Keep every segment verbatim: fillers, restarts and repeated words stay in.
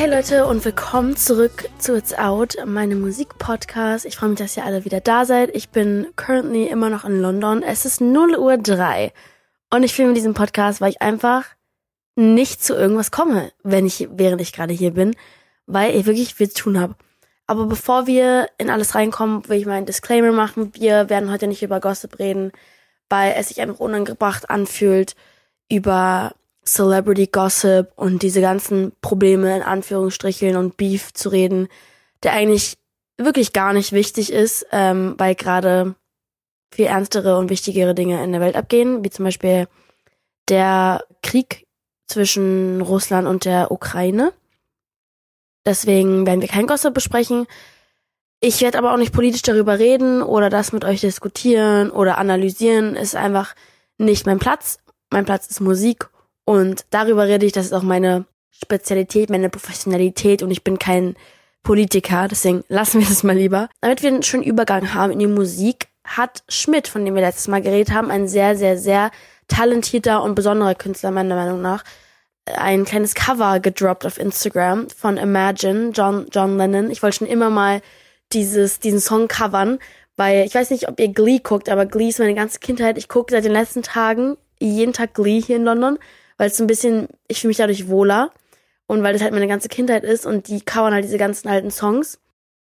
Hey Leute und willkommen zurück zu It's Out, meinem Musikpodcast. Ich freue mich, dass ihr alle wieder da seid. Ich bin currently immer noch in London. Es ist null Uhr drei und ich filme diesen Podcast, weil ich einfach nicht zu irgendwas komme, wenn ich, während ich gerade hier bin, weil ich wirklich viel zu tun habe. Aber bevor wir in alles reinkommen, will ich mal einen Disclaimer machen. Wir werden heute nicht über Gossip reden, weil es sich einfach unangebracht anfühlt, über Celebrity Gossip und diese ganzen Probleme in Anführungsstrichen und Beef zu reden, der eigentlich wirklich gar nicht wichtig ist, ähm, weil gerade viel ernstere und wichtigere Dinge in der Welt abgehen, wie zum Beispiel der Krieg zwischen Russland und der Ukraine. Deswegen werden wir kein Gossip besprechen. Ich werde aber auch nicht politisch darüber reden oder das mit euch diskutieren oder analysieren. Ist einfach nicht mein Platz. Mein Platz ist Musik. Und darüber rede ich, das ist auch meine Spezialität, meine Professionalität und ich bin kein Politiker, deswegen lassen wir das mal lieber. Damit wir einen schönen Übergang haben in die Musik, hat Schmidt, von dem wir letztes Mal geredet haben, ein sehr, sehr, sehr talentierter und besonderer Künstler meiner Meinung nach, ein kleines Cover gedroppt auf Instagram von Imagine, John, John Lennon. Ich wollte schon immer mal dieses, diesen Song covern, weil ich weiß nicht, ob ihr Glee guckt, aber Glee ist meine ganze Kindheit. Ich gucke seit den letzten Tagen jeden Tag Glee hier in London, weil es so ein bisschen, ich fühle mich dadurch wohler und weil das halt meine ganze Kindheit ist und die covern halt diese ganzen alten Songs.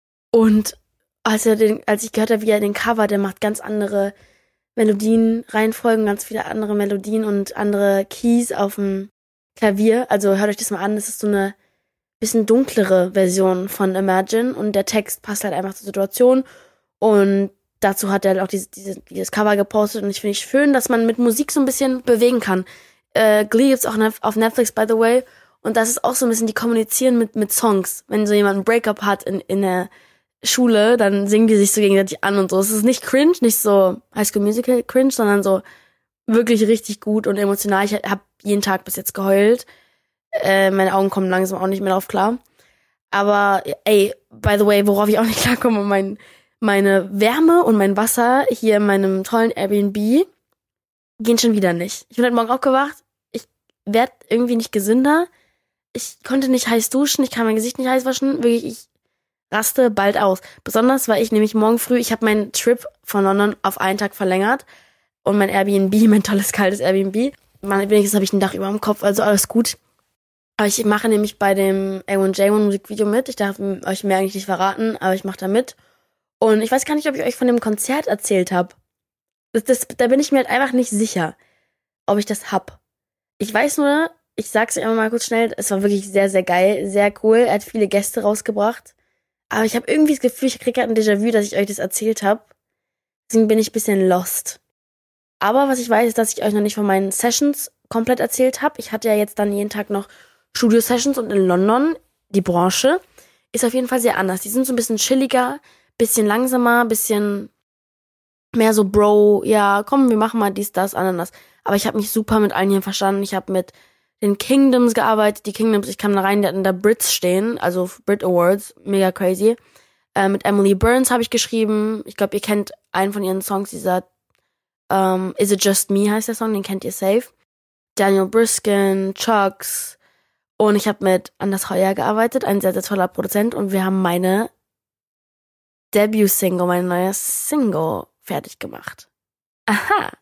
Und als, er den, als ich gehört habe, wie er den Cover, der macht ganz andere Melodien, Reihenfolgen, ganz viele andere Melodien und andere Keys auf dem Klavier. Also hört euch das mal an, das ist so eine bisschen dunklere Version von Imagine und der Text passt halt einfach zur Situation und dazu hat er halt auch diese, diese, dieses Cover gepostet und ich finde es schön, dass man mit Musik so ein bisschen bewegen kann. Äh, Glee gibt's auch auf Netflix, by the way. Und das ist auch so ein bisschen, die kommunizieren mit mit Songs. Wenn so jemand ein Breakup hat in in der Schule, dann singen die sich so gegenseitig an und so. Es ist nicht cringe, nicht so High School Musical cringe, sondern so wirklich richtig gut und emotional. Ich habe jeden Tag bis jetzt geheult. Äh, meine Augen kommen langsam auch nicht mehr drauf klar. Aber ey, by the way, worauf ich auch nicht klarkomme, mein, meine Wärme und mein Wasser hier in meinem tollen Airbnb gehen schon wieder nicht. Ich bin heute Morgen aufgewacht, ich werd irgendwie nicht gesünder, ich konnte nicht heiß duschen, ich kann mein Gesicht nicht heiß waschen, wirklich, ich raste bald aus. Besonders, weil ich nämlich morgen früh, ich habe meinen Trip von London auf einen Tag verlängert und mein Airbnb, mein tolles, kaltes Airbnb, man, wenigstens habe ich ein Dach über dem Kopf, also alles gut. Aber ich mache nämlich bei dem A eins J eins Musikvideo mit, ich darf euch mehr eigentlich nicht verraten, aber ich mache da mit. Und ich weiß gar nicht, ob ich euch von dem Konzert erzählt habe. Das, das, da bin ich mir halt einfach nicht sicher, ob ich das hab. Ich weiß nur, ich sag's euch einmal mal kurz schnell, es war wirklich sehr, sehr geil, sehr cool. Er hat viele Gäste rausgebracht. Aber ich habe irgendwie das Gefühl, ich krieg gerade ein Déjà-vu, dass ich euch das erzählt habe. Deswegen bin ich ein bisschen lost. Aber was ich weiß, ist, dass ich euch noch nicht von meinen Sessions komplett erzählt habe. Ich hatte ja jetzt dann jeden Tag noch Studio-Sessions und in London, die Branche, ist auf jeden Fall sehr anders. Die sind so ein bisschen chilliger, bisschen langsamer, bisschen mehr so, Bro, ja, komm, wir machen mal dies, das, Ananas. Aber ich habe mich super mit allen hier verstanden. Ich habe mit den Kingdoms gearbeitet. Die Kingdoms, ich kam da rein, die hatten da Brits stehen, also Brit Awards, mega crazy. Äh, mit Emily Burns habe ich geschrieben. Ich glaube, ihr kennt einen von ihren Songs, dieser ähm, Is It Just Me heißt der Song, den kennt ihr safe. Daniel Briskin, Chucks. Und ich habe mit Anders Heuer gearbeitet, ein sehr, sehr toller Produzent. Und wir haben meine Debut-Single, meine neue Single fertig gemacht. Aha.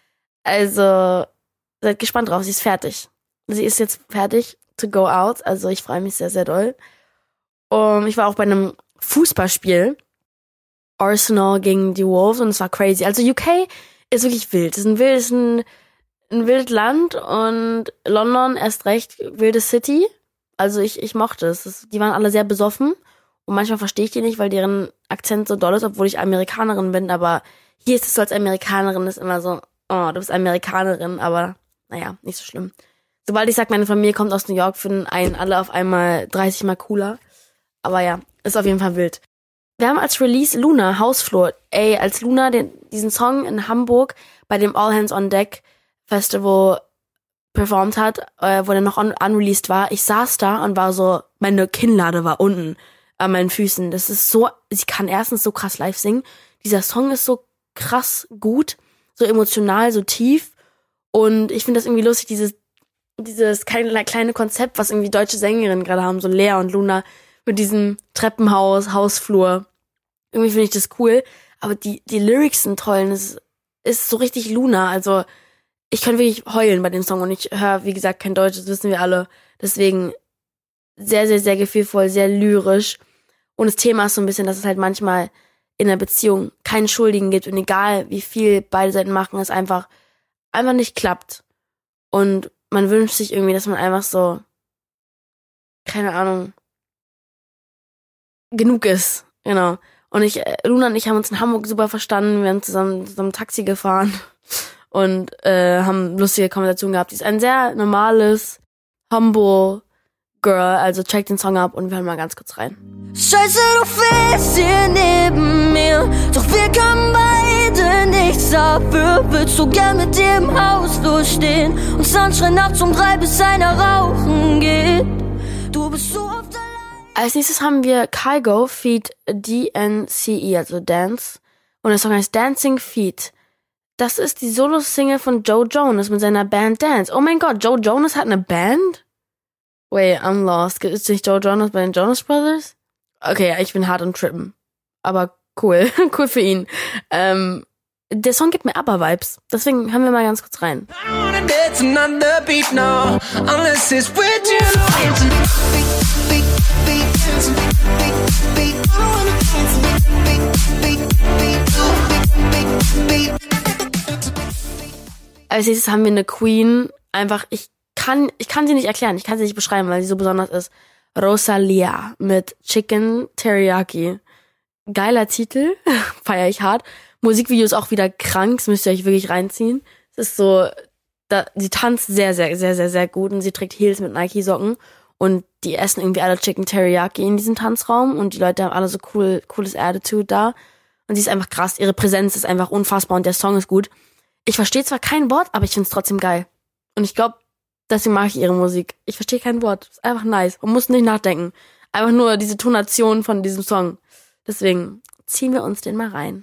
Also, seid gespannt drauf, sie ist fertig. Sie ist jetzt fertig to go out, also ich freue mich sehr, sehr doll. Und ich war auch bei einem Fußballspiel, Arsenal gegen die Wolves, und es war crazy. Also U K ist wirklich wild. Es ist ein wild, ist ein, ein wildes Land und London erst recht wilde City. Also ich, ich mochte es. es. Die waren alle sehr besoffen und manchmal verstehe ich die nicht, weil deren Akzent so doll ist, obwohl ich Amerikanerin bin, aber hier ist es so als Amerikanerin, ist immer so, oh, du bist Amerikanerin, aber naja, nicht so schlimm. Sobald ich sage, meine Familie kommt aus New York, finden einen alle auf einmal dreißig Mal cooler. Aber ja, ist auf jeden Fall wild. Wir haben als Release Luna, Hausflur. Ey, als Luna den, diesen Song in Hamburg bei dem All Hands on Deck Festival performt hat, äh, wo der noch un- unreleased war, ich saß da und war so, meine Kinnlade war unten an meinen Füßen. Das ist so, sie kann erstens so krass live singen. Dieser Song ist so krass gut, so emotional, so tief. Und ich finde das irgendwie lustig, dieses dieses kleine, kleine Konzept, was irgendwie deutsche Sängerinnen gerade haben, so Lea und Luna, mit diesem Treppenhaus, Hausflur. Irgendwie finde ich das cool. Aber die, die Lyrics sind toll. Und es ist so richtig Luna. Also ich kann wirklich heulen bei dem Song. Und ich höre, wie gesagt, kein Deutsch, das wissen wir alle. Deswegen sehr, sehr, sehr gefühlvoll, sehr lyrisch. Und das Thema ist so ein bisschen, dass es halt manchmal in einer Beziehung keinen Schuldigen gibt. Und egal, wie viel beide Seiten machen, es einfach, einfach nicht klappt. Und man wünscht sich irgendwie, dass man einfach so, keine Ahnung, genug ist. Genau. Und ich, Luna und ich haben uns in Hamburg super verstanden. Wir haben zusammen zusammen Taxi gefahren und äh, haben lustige Konversationen gehabt. Die ist ein sehr normales, humble Girl. Also check den Song ab und wir hören mal ganz kurz rein. Scheiße, du fährst hier neben mir, doch wir können beide nichts dafür. Willst du gern mit dir im Haus durchstehen und Sunshine nachts um drei, bis einer rauchen geht? Du bist so oft allein. Als nächstes haben wir Kygo feat. D N C E, also Dance. Und der Song heißt Dancing Feet. Das ist die Solo-Single von Joe Jonas mit seiner Band Dance. Oh mein Gott, Joe Jonas hat eine Band? Wait, I'm lost. Ist nicht Joe Jonas bei den Jonas Brothers? Okay, ich bin hart und trippen. Aber cool. Cool für ihn. Ähm, der Song gibt mir ABBA-Vibes. Deswegen hören wir mal ganz kurz rein. I don't wanna dance another beat, no, unless it's with you. Als nächstes haben wir eine Queen. Einfach, ich kann, ich kann sie nicht erklären. Ich kann sie nicht beschreiben, weil sie so besonders ist. Rosalia mit Chicken Teriyaki. Geiler Titel. Feier ich hart. Musikvideo ist auch wieder krank. Das müsst ihr euch wirklich reinziehen. Es ist so, da, sie tanzt sehr, sehr, sehr, sehr, sehr gut und sie trägt Heels mit Nike-Socken und die essen irgendwie alle Chicken Teriyaki in diesem Tanzraum und die Leute haben alle so cool, cooles Attitude da und sie ist einfach krass. Ihre Präsenz ist einfach unfassbar und der Song ist gut. Ich verstehe zwar kein Wort, aber ich find's trotzdem geil. Und ich glaube, deswegen mag ich ihre Musik. Ich verstehe kein Wort. Ist einfach nice. Man muss nicht nachdenken. Einfach nur diese Tonation von diesem Song. Deswegen ziehen wir uns den mal rein.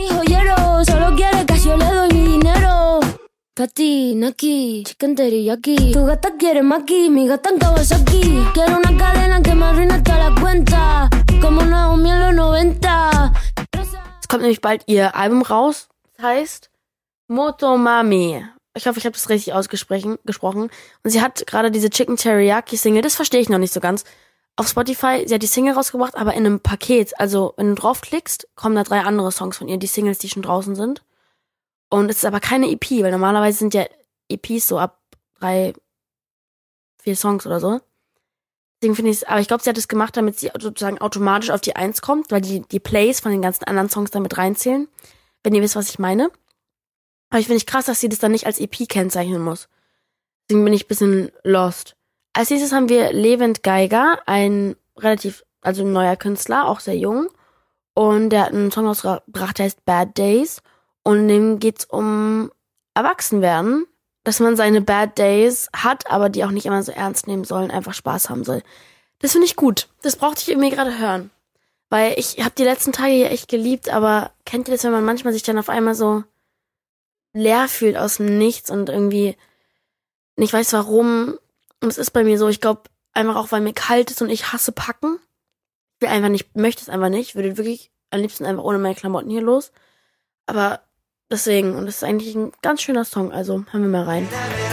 Pati, Naki, chicken teriyaki. Tu gata quiere maki, mi gata en Kawasaki. Quiero una cadena que me arruina toda la cuenta. Como Naomi en los noventa. Es kommt nämlich bald ihr Album raus. Das heißt Motomami. Ich hoffe, ich habe das richtig ausgesprochen. Und sie hat gerade diese Chicken Teriyaki Single, das verstehe ich noch nicht so ganz, auf Spotify. Sie hat die Single rausgebracht, aber in einem Paket. Also, wenn du draufklickst, kommen da drei andere Songs von ihr, die Singles, die schon draußen sind. Und es ist aber keine E P, weil normalerweise sind ja E Ps so ab drei, vier Songs oder so. Deswegen finde ich es, aber ich glaube, sie hat es gemacht, damit sie sozusagen automatisch auf die Eins kommt, weil die, die Plays von den ganzen anderen Songs damit reinzählen. Wenn ihr wisst, was ich meine. Aber ich finde es krass, dass sie das dann nicht als E P kennzeichnen muss. Deswegen bin ich ein bisschen lost. Als nächstes haben wir Levent Geiger, ein relativ, also ein neuer Künstler, auch sehr jung. Und der hat einen Song rausgebracht, der heißt Bad Days. Und in dem geht's um Erwachsenwerden, dass man seine Bad Days hat, aber die auch nicht immer so ernst nehmen sollen, einfach Spaß haben soll. Das finde ich gut. Das brauchte ich irgendwie gerade hören. Weil ich habe die letzten Tage hier echt geliebt, aber kennt ihr das, wenn man manchmal sich dann auf einmal so leer fühlt aus dem Nichts und irgendwie nicht weiß warum. Und es ist bei mir so, ich glaube, einfach auch, weil mir kalt ist und ich hasse packen. Ich will einfach nicht, möchte es einfach nicht. Ich würde wirklich am liebsten einfach ohne meine Klamotten hier los. Aber deswegen, und das ist eigentlich ein ganz schöner Song, also hören wir mal rein.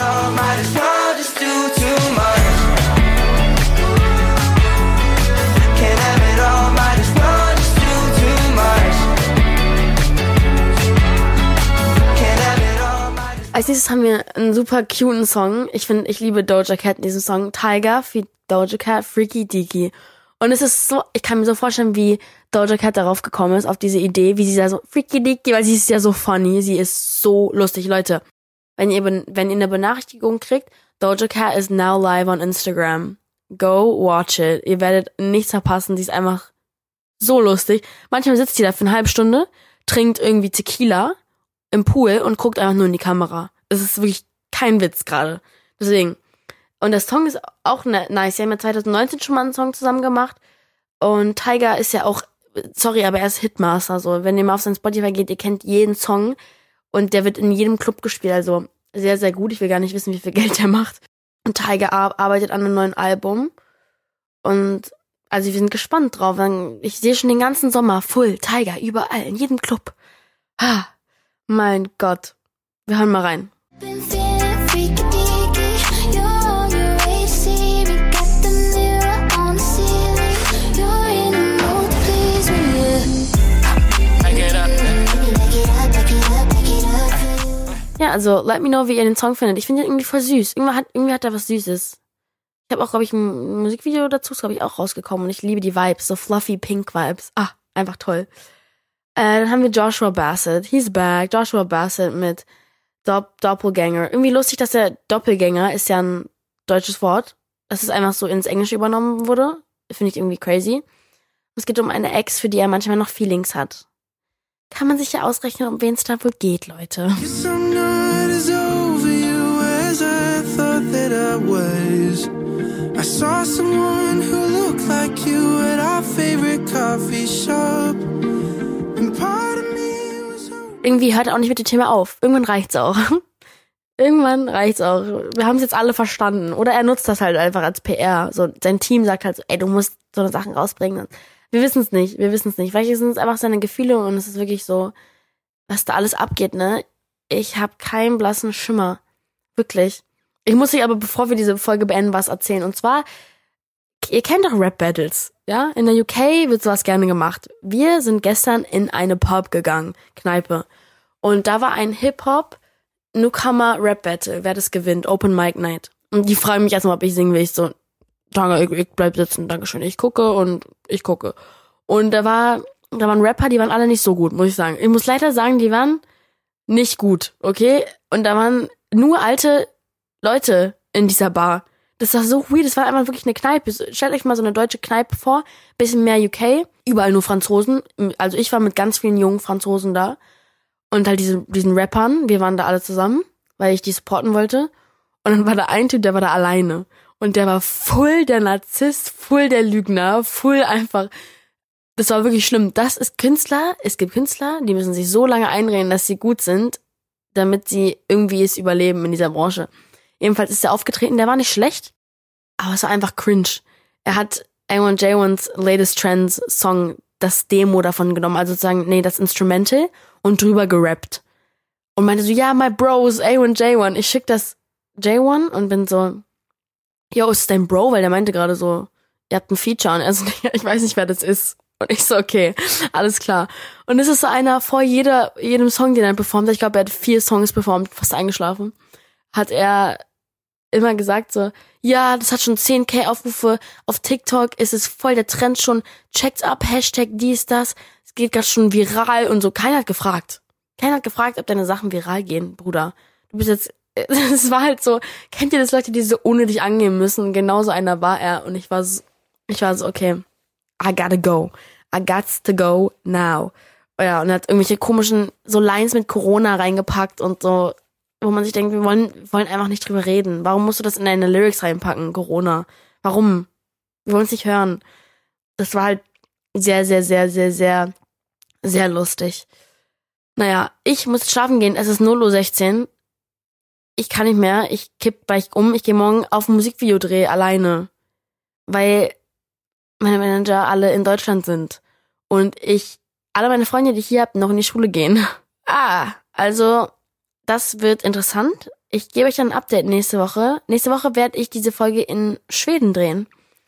Als nächstes haben wir einen super cuten Song. Ich finde, ich liebe Doja Cat in diesem Song. Tiger feat. Doja Cat, Freaky Deaky. Und es ist so, ich kann mir so vorstellen, wie Doja Cat darauf gekommen ist, auf diese Idee, wie sie da so Freaky Deaky, weil sie ist ja so funny, sie ist so lustig. Leute, wenn ihr, wenn ihr eine Benachrichtigung kriegt, Doja Cat is now live on Instagram. Go watch it. Ihr werdet nichts verpassen, sie ist einfach so lustig. Manchmal sitzt sie da für eine halbe Stunde, trinkt irgendwie Tequila im Pool und guckt einfach nur in die Kamera. Es ist wirklich kein Witz gerade. Deswegen. Und der Song ist auch nice. Sie haben ja zwanzig neunzehn schon mal einen Song zusammen gemacht. Und Tiger ist ja auch, sorry, aber er ist Hitmaster. So, wenn ihr mal auf sein Spotify geht, ihr kennt jeden Song. Und der wird in jedem Club gespielt. Also sehr, sehr gut. Ich will gar nicht wissen, wie viel Geld er macht. Und Tyga arbeitet an einem neuen Album. Und also wir sind gespannt drauf. Ich sehe schon den ganzen Sommer full Tyga überall, in jedem Club. Ha, mein Gott. Wir hören mal rein. Ja, also let me know, wie ihr den Song findet. Ich finde den irgendwie voll süß. Irgendwie hat, irgendwie hat er was Süßes. Ich habe auch, glaube ich, ein Musikvideo dazu, ist, glaube ich, auch rausgekommen. Und ich liebe die Vibes, so fluffy pink Vibes. Ah, einfach toll. Äh, dann haben wir Joshua Bassett. He's back. Joshua Bassett mit Dopp- Doppelgänger. Irgendwie lustig, dass der Doppelgänger ist ja ein deutsches Wort. Dass es einfach so ins Englische übernommen wurde. Finde ich irgendwie crazy. Es geht um eine Ex, für die er manchmal noch Feelings hat. Kann man sich ja ausrechnen, um wen es da wohl geht, Leute. I saw someone who looked like you at our favorite coffee shop. And part of me was irgendwie hört er auch nicht mit dem Thema auf. Irgendwann reicht's auch. Irgendwann reicht's auch. Wir haben es jetzt alle verstanden. Oder er nutzt das halt einfach als P R. So, sein Team sagt halt so, ey, du musst so eine Sachen rausbringen. Wir wissen es nicht. Wir wissen es nicht. Vielleicht sind es einfach seine Gefühle und es ist wirklich so, was da alles abgeht, ne? Ich habe keinen blassen Schimmer. Wirklich. Ich muss euch aber, bevor wir diese Folge beenden, was erzählen. Und zwar, ihr kennt doch Rap-Battles, ja? In der U K wird sowas gerne gemacht. Wir sind gestern in eine Pub gegangen, Kneipe. Und da war ein Hip-Hop-Newcomer-Rap-Battle, wer das gewinnt, Open Mic Night. Und die fragen mich erstmal, ob ich singen will. Ich so, danke, ich, ich bleib sitzen, dankeschön. Ich gucke und ich gucke. Und da war, da waren Rapper, die waren alle nicht so gut, muss ich sagen. Ich muss leider sagen, die waren nicht gut, okay? Und da waren nur alte Leute in dieser Bar. Das war so weird, das war einfach wirklich eine Kneipe. Stellt euch mal so eine deutsche Kneipe vor, bisschen mehr U K, überall nur Franzosen. Also ich war mit ganz vielen jungen Franzosen da und halt diese, diesen Rappern, wir waren da alle zusammen, weil ich die supporten wollte. Und dann war da ein Typ, der war da alleine. Und der war voll der Narzisst, voll der Lügner, voll einfach. Das war wirklich schlimm. Das ist Künstler, es gibt Künstler, die müssen sich so lange einreden, dass sie gut sind, damit sie irgendwie es überleben in dieser Branche. Ebenfalls ist er aufgetreten, der war nicht schlecht, aber es war einfach cringe. Er hat A eins J eins Latest Trends Song, das Demo davon genommen, also sozusagen, nee, das Instrumental und drüber gerappt. Und meinte so, ja, my bros, A eins J eins. Ich schick das J eins und bin so, yo, ist das dein Bro? Weil der meinte gerade so, ihr habt ein Feature und er so, ich weiß nicht, wer das ist. Und ich so, okay, alles klar. Und es ist so einer vor jeder, jedem Song, den er performt hat, ich glaube, er hat vier Songs performt, fast eingeschlafen, hat er immer gesagt so, ja, das hat schon zehn K Aufrufe, auf TikTok ist es voll der Trend schon, checkt ab, Hashtag dies, das, es geht gerade schon viral und so. Keiner hat gefragt. Keiner hat gefragt, ob deine Sachen viral gehen, Bruder. Du bist jetzt, es war halt so, kennt ihr das, Leute, die so ohne dich angehen müssen? Genauso einer war er und ich war so, ich war so, okay, I gotta go. I got to go now. Ja, und er hat irgendwelche komischen, so Lines mit Corona reingepackt und so, wo man sich denkt, wir wollen, wir wollen einfach nicht drüber reden. Warum musst du das in deine Lyrics reinpacken, Corona? Warum? Wir wollen es nicht hören. Das war halt sehr, sehr, sehr, sehr, sehr, sehr lustig. Naja, ich muss schlafen gehen. Es ist null Uhr sechzehn. Ich kann nicht mehr. Ich kipp gleich um. Ich gehe morgen auf ein Musikvideodreh alleine. Weil meine Manager alle in Deutschland sind. Und ich, alle meine Freunde, die ich hier habe, noch in die Schule gehen. Ah, also das wird interessant. Ich gebe euch dann ein Update nächste Woche. Nächste Woche werde ich diese Folge in Schweden drehen.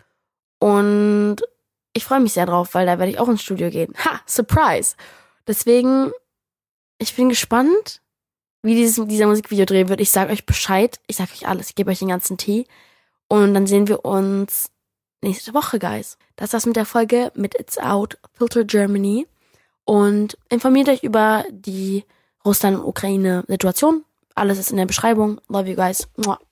Und ich freue mich sehr drauf, weil da werde ich auch ins Studio gehen. Ha, Surprise! Deswegen, ich bin gespannt, wie dieses, dieser Musikvideodreh wird. Ich sage euch Bescheid. Ich sage euch alles. Ich gebe euch den ganzen Tee. Und dann sehen wir uns nächste Woche, guys. Das war's mit der Folge mit It's Out, Filter Germany. Und informiert euch über die Russland- und Ukraine-Situation. Alles ist in der Beschreibung. Love you guys. Mua.